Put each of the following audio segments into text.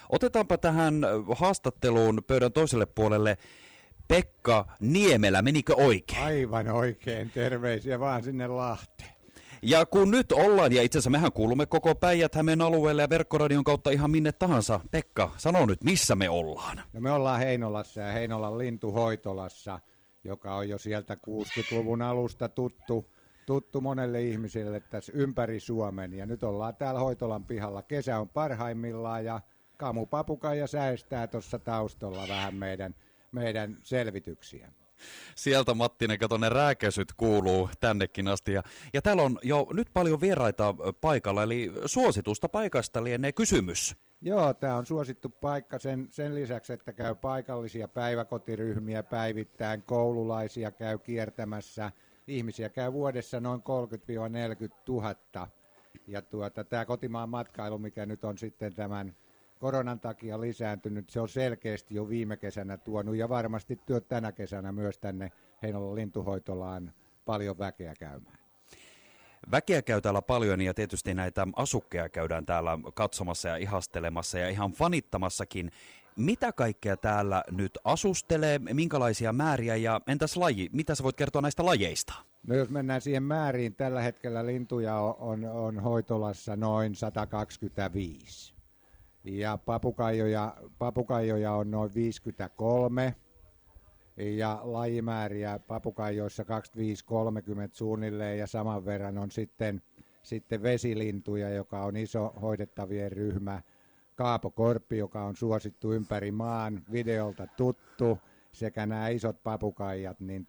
Otetaanpa tähän haastatteluun pöydän toiselle puolelle Pekka Niemelä. Menikö oikein? Aivan oikein. Terveisiä vaan sinne Lahteen. Ja kun nyt ollaan, ja itse asiassa mehän kuulumme koko Päijät-Hämeen alueelle ja verkkoradion kautta ihan minne tahansa. Pekka, sano nyt, missä me ollaan? No me ollaan Heinolassa ja Heinolan lintuhoitolassa, joka on jo sieltä 60-luvun alusta tuttu monelle ihmiselle tässä ympäri Suomen. Ja nyt ollaan täällä Hoitolan pihalla. Kesä on parhaimmillaan ja kamupapukaija säestää tuossa taustalla vähän meidän selvityksiä. Sieltä Mattinen, kato ne rääkäsyt kuuluu tännekin asti. Ja täällä on jo nyt paljon vieraita paikalla, eli suositusta paikasta lienee kysymys. Joo, tämä on suosittu paikka sen lisäksi, että käy paikallisia päiväkotiryhmiä päivittäin, koululaisia käy kiertämässä, ihmisiä käy vuodessa noin 30-40 000. Ja tämä kotimaan matkailu, mikä nyt on sitten tämän koronan takia lisääntynyt, se on selkeästi jo viime kesänä tuonut ja varmasti työt tänä kesänä myös tänne Heinolan lintuhoitolaan paljon väkeä käymään. Väkeä käy täällä paljon ja tietysti näitä asukkeja käydään täällä katsomassa ja ihastelemassa ja ihan fanittamassakin. Mitä kaikkea täällä nyt asustelee, minkälaisia määriä ja entäs laji? Mitä sä voit kertoa näistä lajeista? No jos mennään siihen määriin, tällä hetkellä lintuja on Hoitolassa noin 125. Ja papukaijoja on noin 53 ja lajimääriä papukaijoissa 25-30 suunnilleen ja saman verran on sitten vesilintuja, joka on iso hoidettavien ryhmä. Kaapokorppi, joka on suosittu ympäri maan, videolta tuttu, sekä nämä isot papukaijat, niin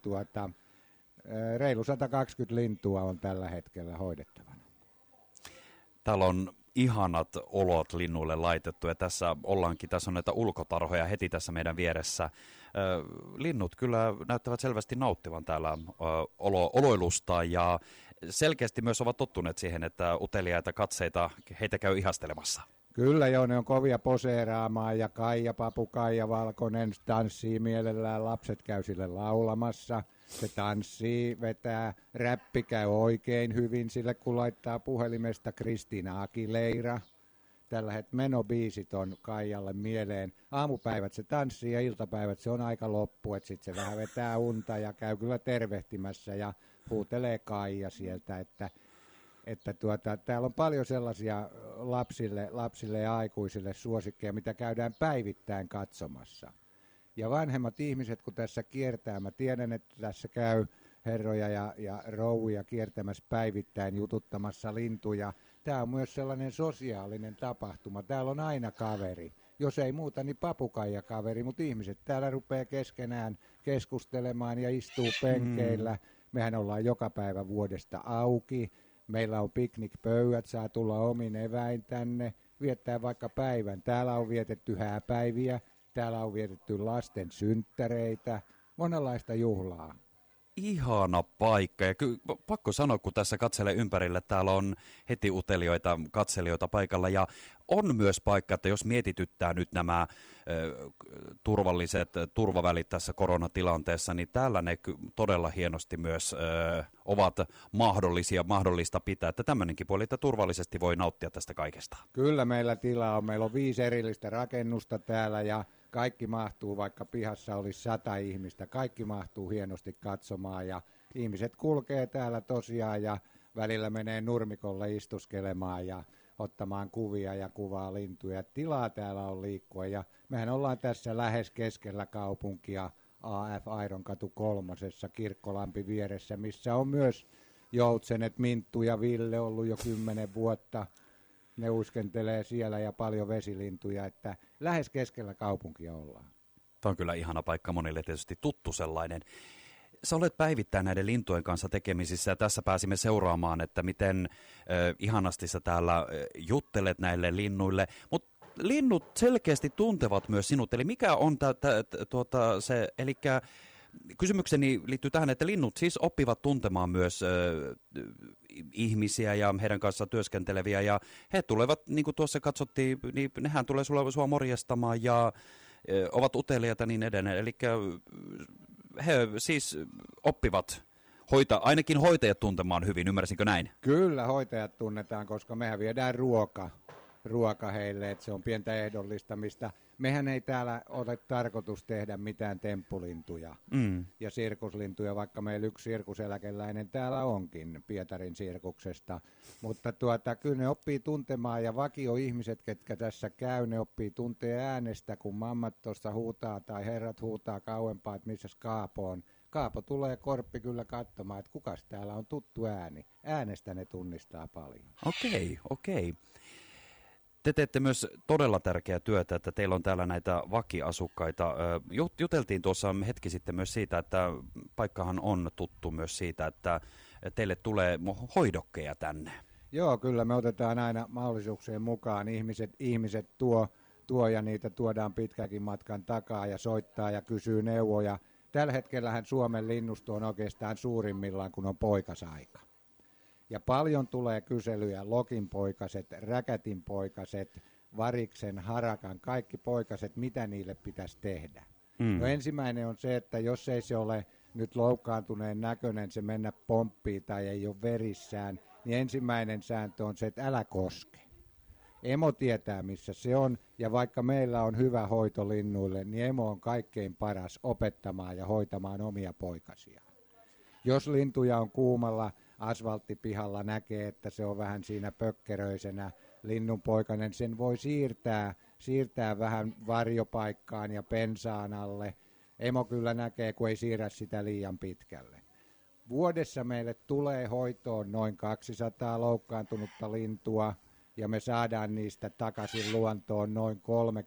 reilu 120 lintua on tällä hetkellä hoidettavana. Täällä on ihanat olot linnuille laitettu ja tässä on näitä ulkotarhoja heti tässä meidän vieressä. Linnut kyllä näyttävät selvästi nauttivan täällä oloilusta ja selkeästi myös ovat tottuneet siihen, että uteliaita katseita heitä käy ihastelemassa. Kyllä joo, ne on kovia poseeraamaan ja Kaija, papukaija, valkoinen, tanssii mielellään, lapset käy sille laulamassa. Se tanssii, vetää, räppi käy oikein hyvin sille, kun laittaa puhelimesta Kristiina Aguilera. Tällä menobiisit on Kaijalle mieleen. Aamupäivät se tanssii ja iltapäivät se on aika loppu, että sitten se vähän vetää unta ja käy kyllä tervehtimässä ja huutelee Kaija sieltä, että täällä on paljon sellaisia lapsille ja aikuisille suosikkeja, mitä käydään päivittäin katsomassa. Ja vanhemmat ihmiset, kun tässä kiertää, mä tiedän, että tässä käy herroja ja rouvia kiertämässä päivittäin jututtamassa lintuja. Tämä on myös sellainen sosiaalinen tapahtuma. Täällä on aina kaveri. Jos ei muuta, niin papukaijakaveri, mutta ihmiset täällä rupeaa keskenään keskustelemaan ja istuu penkeillä. Mehän ollaan joka päivä vuodesta auki. Meillä on piknikpöydät, saa tulla omin eväin tänne, viettää vaikka päivän. Täällä on vietetty hääpäiviä, täällä on vietetty lasten synttäreitä, monenlaista juhlaa. Ihana paikka ja pakko sanoa, kun tässä katselee ympärille, täällä on heti utelijoita, katselijoita paikalla ja on myös paikka, että jos mietityttää nyt nämä turvalliset turvavälit tässä koronatilanteessa, niin täällä ne todella hienosti myös ovat mahdollista pitää, että tämmöinenkin puoli, että turvallisesti voi nauttia tästä kaikesta. Kyllä meillä tilaa on, meillä on 5 erillistä rakennusta täällä ja kaikki mahtuu, vaikka pihassa olisi 100 ihmistä, kaikki mahtuu hienosti katsomaan ja ihmiset kulkee täällä tosiaan ja välillä menee nurmikolle istuskelemaan ja ottamaan kuvia ja kuvaa lintuja. Tilaa täällä on liikkua ja mehän ollaan tässä lähes keskellä kaupunkia AF Aironkatu 3. Kirkkolampi vieressä, missä on myös joutsenet, Minttu ja Ville ollut jo 10 vuotta. Ne uskentelee siellä ja paljon vesilintuja, että lähes keskellä kaupunkia ollaan. Tämä on kyllä ihana paikka monille, tietysti tuttu sellainen. Sä olet päivittäin näiden lintujen kanssa tekemisissä ja tässä pääsimme seuraamaan, että miten ihanasti sä täällä juttelet näille linnuille, mutta linnut selkeästi tuntevat myös sinut, eli mikä on se, eli kysymykseni liittyy tähän, että linnut siis oppivat tuntemaan myös ihmisiä ja heidän kanssaan työskenteleviä ja he tulevat, niin kuin tuossa katsottiin, niin nehän tulee sua morjestamaan ja ovat uteliaita niin edelleen, eli he siis oppivat ainakin hoitajat tuntemaan hyvin, ymmärsinkö näin? Kyllä hoitajat tunnetaan, koska mehän viedään ruoka heille, että se on pientä ehdollistamista. Mehän ei täällä ole tarkoitus tehdä mitään temppulintuja ja sirkuslintuja, vaikka meillä yksi sirkuseläkeläinen täällä onkin Pietarin sirkuksesta. Mutta kyllä ne oppii tuntemaan ja vakioihmiset, ketkä tässä käy, ne oppii tuntee äänestä, kun mammat tuossa huutaa tai herrat huutaa kauempaa, että missä Kaapo on. Kaapo tulee Korppi kyllä katsomaan, että kukas täällä on tuttu ääni. Äänestä ne tunnistaa paljon. Okei. Te teette myös todella tärkeää työtä, että teillä on täällä näitä vakiasukkaita. Juteltiin tuossa hetki sitten myös siitä, että paikkahan on tuttu myös siitä, että teille tulee hoidokkeja tänne. Joo, kyllä me otetaan aina mahdollisuuksien mukaan. Ihmiset tuo ja niitä tuodaan pitkäkin matkan takaa ja soittaa ja kysyy neuvoja. Tällä hetkellähän Suomen linnusto on oikeastaan suurimmillaan, kun on poikasaika. Ja paljon tulee kyselyjä, lokinpoikaset, räkätinpoikaset, variksen, harakan, kaikki poikaset, mitä niille pitäisi tehdä. No ensimmäinen on se, että jos ei se ole nyt loukkaantuneen näköinen, se mennä pomppiin tai ei ole verissään, niin ensimmäinen sääntö on se, että älä koske. Emo tietää, missä se on, ja vaikka meillä on hyvä hoito linnuille, niin emo on kaikkein paras opettamaan ja hoitamaan omia poikasiaan. Jos lintuja on kuumalla asfalttipihalla, näkee, että se on vähän siinä pökkeröisenä linnunpoikainen, sen voi siirtää vähän varjopaikkaan ja pensaan alle. Emo kyllä näkee, kun ei siirrä sitä liian pitkälle. Vuodessa meille tulee hoitoon noin 200 loukkaantunutta lintua, ja me saadaan niistä takaisin luontoon noin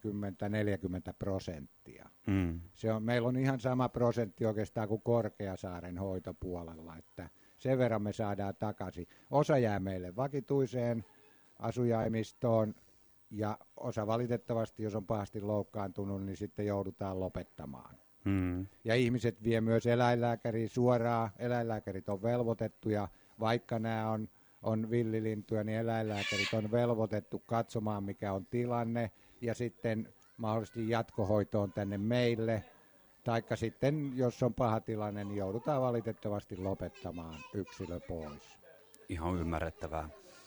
30-40%. Meillä on ihan sama prosentti oikeastaan kuin Korkeasaaren hoitopuolella, että sen verran me saadaan takaisin. Osa jää meille vakituiseen asujaimistoon ja osa valitettavasti, jos on pahasti loukkaantunut, niin sitten joudutaan lopettamaan. Ja ihmiset vie myös eläinlääkäriin suoraan. Eläinlääkärit on velvoitettuja, vaikka nämä on villilintuja, niin eläinlääkärit on velvoitettu katsomaan, mikä on tilanne, ja sitten mahdollisesti jatkohoitoon tänne meille. Taikka sitten, jos on paha tilanne, niin joudutaan valitettavasti lopettamaan yksilö pois. Ihan ymmärrettävää.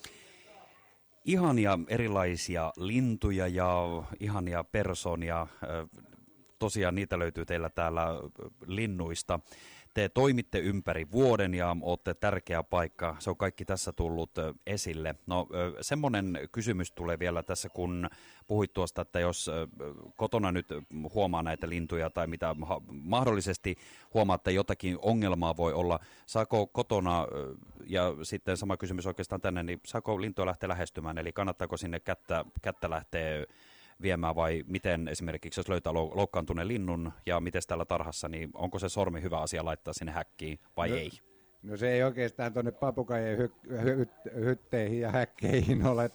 Ihania erilaisia lintuja ja ihania persoonia. Tosiaan niitä löytyy teillä täällä linnuista. Te toimitte ympäri vuoden ja olette tärkeä paikka. Se on kaikki tässä tullut esille. No semmoinen kysymys tulee vielä tässä, kun puhuit tuosta, että jos kotona nyt huomaa näitä lintuja tai mitä mahdollisesti huomaatte jotakin ongelmaa voi olla. Saako kotona, ja sitten sama kysymys oikeastaan tänne, niin saako lintuja lähteä lähestymään? Eli kannattaako sinne kättä lähteä viemään vai miten esimerkiksi, jos löytää loukkaantuneen linnun ja miten täällä tarhassa, niin onko se sormi hyvä asia laittaa sinne häkkiin vai ei? No se ei oikeastaan tuonne papukaijien hytteihin ja häkkeihin ole,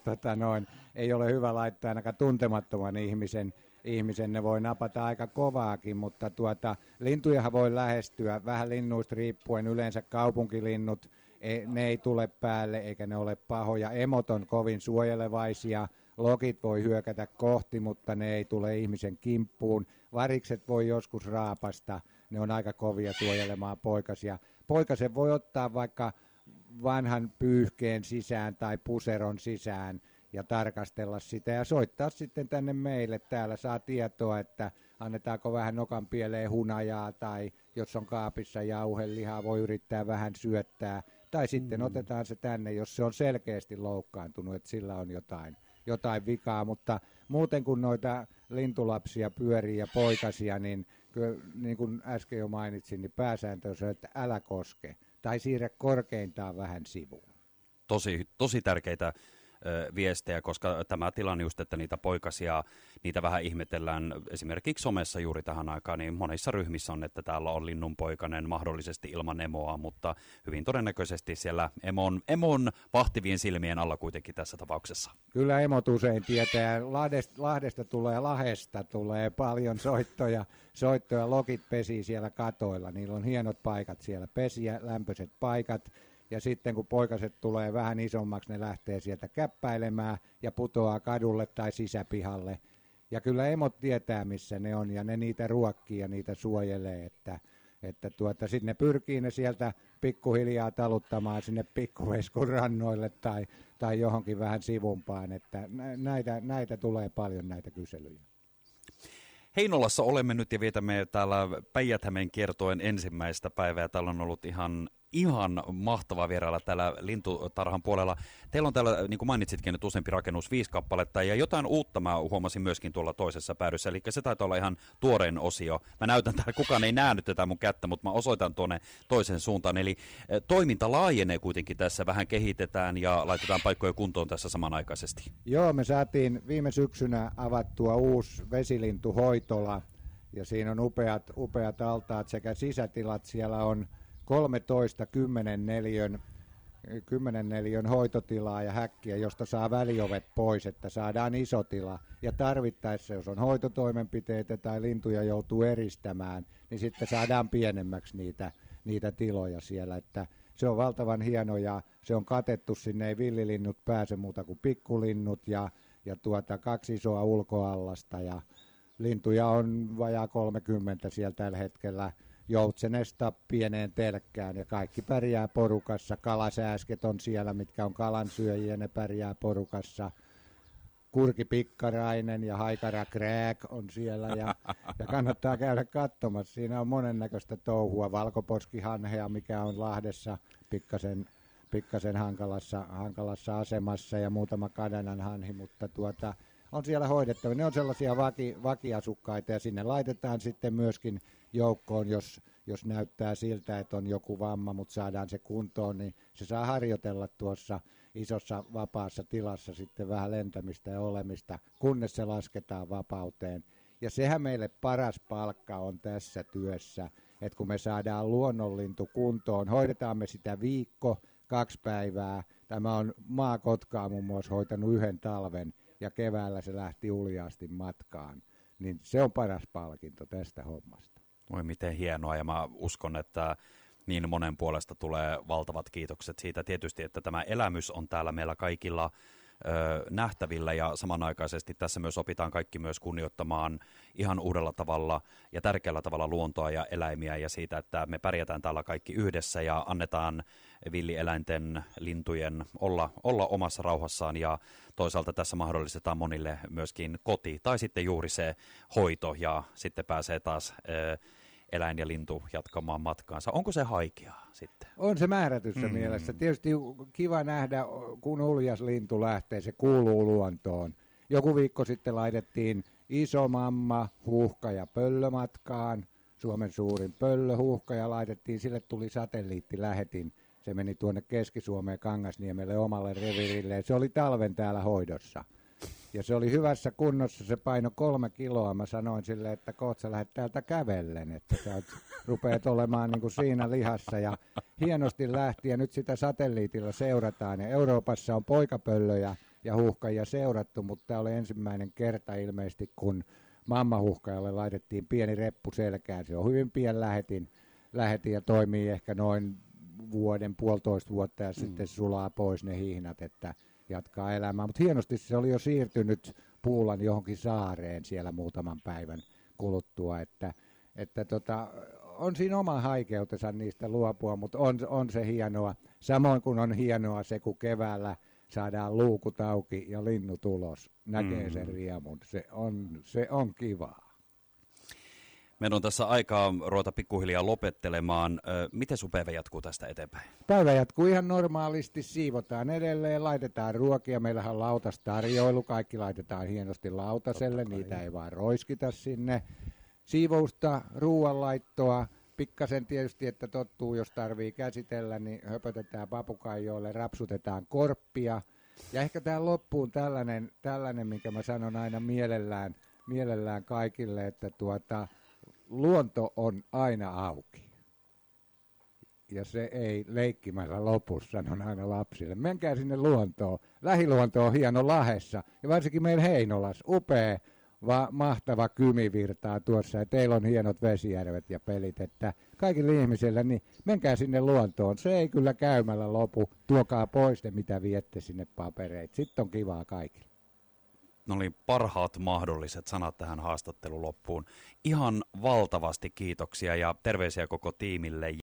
ei ole hyvä laittaa ainakaan tuntemattoman ihmisen, ne voi napata aika kovaakin, mutta lintujahan voi lähestyä vähän linnuista riippuen, yleensä kaupunkilinnut, ne ei tule päälle eikä ne ole pahoja, emot on kovin suojelevaisia. Lokit voi hyökätä kohti, mutta ne ei tule ihmisen kimppuun. Varikset voi joskus raapasta, ne on aika kovia suojelemaan poikasia. Poikasen voi ottaa vaikka vanhan pyyhkeen sisään tai puseron sisään ja tarkastella sitä ja soittaa sitten tänne meille. Täällä saa tietoa, että annetaanko vähän nokan pieleen hunajaa tai jos on kaapissa jauhelihaa, voi yrittää vähän syöttää. Tai sitten otetaan se tänne, jos se on selkeästi loukkaantunut, että sillä on jotain vikaa, mutta muuten kun noita lintulapsia pyörii ja poikasia, niin niin kuin äsken jo mainitsin, niin pääsääntö on se, että älä koske tai siirrä korkeintaan vähän sivuun. Tosi tärkeitä viestejä, koska tämä tilanne just, että niitä poikasia, niitä vähän ihmetellään esimerkiksi somessa juuri tähän aikaan, niin monissa ryhmissä on, että täällä on linnunpoikainen mahdollisesti ilman emoa, mutta hyvin todennäköisesti siellä emon vahtivien silmien alla kuitenkin tässä tapauksessa. Kyllä emot usein tietää. Lahesta tulee paljon soittoja. Lokit pesii siellä katoilla. Niillä on hienot paikat siellä, pesiä, lämpöiset paikat. Ja sitten kun poikaset tulee vähän isommaksi, ne lähtee sieltä käppäilemään ja putoaa kadulle tai sisäpihalle. Ja kyllä emot tietää, missä ne on ja ne niitä ruokkii ja niitä suojelee. Että sitten ne pyrkii ne sieltä pikkuhiljaa taluttamaan sinne Pikkuveskun rannoille tai johonkin vähän sivumpaan, että näitä tulee paljon näitä kyselyjä. Heinolassa olemme nyt ja vietämme täällä Päijät-Hämeen kiertoen ensimmäistä päivää. Täällä on ollut ihan mahtava vierailla täällä lintutarhan puolella. Teillä on täällä, niin kuin mainitsitkin, nyt useampi rakennus, 5 kappaletta, ja jotain uutta mä huomasin myöskin tuolla toisessa päädyssä, eli se taitaa olla ihan tuorein osio. Mä näytän täällä, kukaan ei nähnyt tätä mun kättä, mutta mä osoitan tuonne toiseen suuntaan, eli toiminta laajenee kuitenkin tässä, vähän kehitetään ja laitetaan paikkoja kuntoon tässä samanaikaisesti. Joo, me saatiin viime syksynä avattua uusi vesilintuhoitola, ja siinä on upeat altaat sekä sisätilat, siellä on 13 10 neliön hoitotilaa ja häkkiä, josta saa väliovet pois, että saadaan iso tila. Ja tarvittaessa, jos on hoitotoimenpiteitä tai lintuja joutuu eristämään, niin sitten saadaan pienemmäksi niitä tiloja siellä. Että se on valtavan hieno ja se on katettu, sinne ei villilinnut pääse muuta kuin pikkulinnut ja 2 isoa ulkoallasta. Ja lintuja on vajaa 30 siellä tällä hetkellä. Joutsenesta pieneen telkkään ja kaikki pärjää porukassa. Kalasääsket on siellä, mitkä on kalansyöjiä, ne pärjää porukassa. Kurkipikkarainen ja haikara krääk on siellä ja kannattaa käydä katsomassa. Siinä on monennäköistä touhua. Valkoposkihanhea, mikä on Lahdessa pikkasen hankalassa asemassa ja muutama kadanan hanhi, mutta on siellä hoidettava. Ne on sellaisia vakiasukkaita ja sinne laitetaan sitten myöskin joukkoon, jos näyttää siltä, että on joku vamma, mutta saadaan se kuntoon, niin se saa harjoitella tuossa isossa vapaassa tilassa sitten vähän lentämistä ja olemista, kunnes se lasketaan vapauteen. Ja sehän meille paras palkka on tässä työssä, että kun me saadaan luonnonlintu kuntoon, hoidetaan me sitä 1-2 päivää. Tämä on maakotkaa muun muassa hoitanut 1 talven ja keväällä se lähti uljaasti matkaan. Niin se on paras palkinto tästä hommasta. Oi miten hienoa, ja mä uskon, että niin monen puolesta tulee valtavat kiitokset siitä tietysti, että tämä elämys on täällä meillä kaikilla nähtävillä, ja samanaikaisesti tässä myös opitaan kaikki myös kunnioittamaan ihan uudella tavalla ja tärkeällä tavalla luontoa ja eläimiä ja siitä, että me pärjätään täällä kaikki yhdessä ja annetaan villieläinten, lintujen olla omassa rauhassaan, ja toisaalta tässä mahdollistetaan monille myöskin koti tai sitten juuri se hoito ja sitten pääsee taas eläin ja lintu jatkamaan matkaansa. Onko se haikeaa sitten? On se määrätyssä mielessä. Tietysti kiva nähdä, kun uljas lintu lähtee, se kuuluu luontoon. Joku viikko sitten laitettiin iso mamma huuhka ja pöllö matkaan, Suomen suurin pöllöhuuhka, ja laitettiin, sille tuli satelliittilähetin. Se meni tuonne Keski-Suomeen Kangasniemelle omalle reviirille. Se oli talven täällä hoidossa. Ja se oli hyvässä kunnossa, se paino 3 kiloa. Mä sanoin sille, että kohta sä lähdet täältä kävellen, että sä rupeat olemaan niin kuin siinä lihassa. Ja hienosti lähti, ja nyt sitä satelliitilla seurataan. Ja Euroopassa on poikapöllöjä ja huuhkajia seurattu, mutta tämä oli ensimmäinen kerta ilmeisesti, kun mammahuuhkajalle laitettiin pieni reppu selkään. Se on hyvin pian lähetin ja toimii ehkä noin 1,5 vuotta ja sitten sulaa pois ne hihnat, että jatkaa elämää. Mutta hienosti se oli jo siirtynyt Puulan johonkin saareen siellä muutaman päivän kuluttua, että on siinä oma haikeutensa niistä luopua, mutta on se hienoa. Samoin kuin on hienoa se, kun keväällä saadaan luukut auki ja linnut ulos. Näkee sen riemun. Se on kivaa. Meillä on tässä aikaa ruveta pikkuhiljaa lopettelemaan. Miten sun päivä jatkuu tästä eteenpäin? Päivä jatkuu ihan normaalisti, siivotaan edelleen, laitetaan ruokia. Meillähän on lautastarjoilu, kaikki laitetaan hienosti lautaselle, niitä ei vaan roiskita sinne. Siivousta, ruoanlaittoa, pikkasen tietysti, että tottuu, jos tarvii käsitellä, niin höpötetään papukaijoille, rapsutetaan korppia. Ja ehkä tähän loppuun tällainen, minkä mä sanon aina mielellään kaikille, että luonto on aina auki. Ja se ei leikkimällä lopu, sanon aina lapsille. Menkää sinne luontoon. Lähiluonto on hieno Lahdessa ja varsinkin meillä Heinolassa. Upea, mahtava Kymi virtaa tuossa ja teillä on hienot vesijärvet ja pelit. Että kaikille ihmisille, niin menkää sinne luontoon. Se ei kyllä käymällä lopu. Tuokaa pois ne, mitä viette sinne papereita. Sitten on kivaa kaikille. ne oli parhaat mahdolliset sanat tähän haastattelun loppuun. Ihan valtavasti kiitoksia ja terveisiä koko tiimille.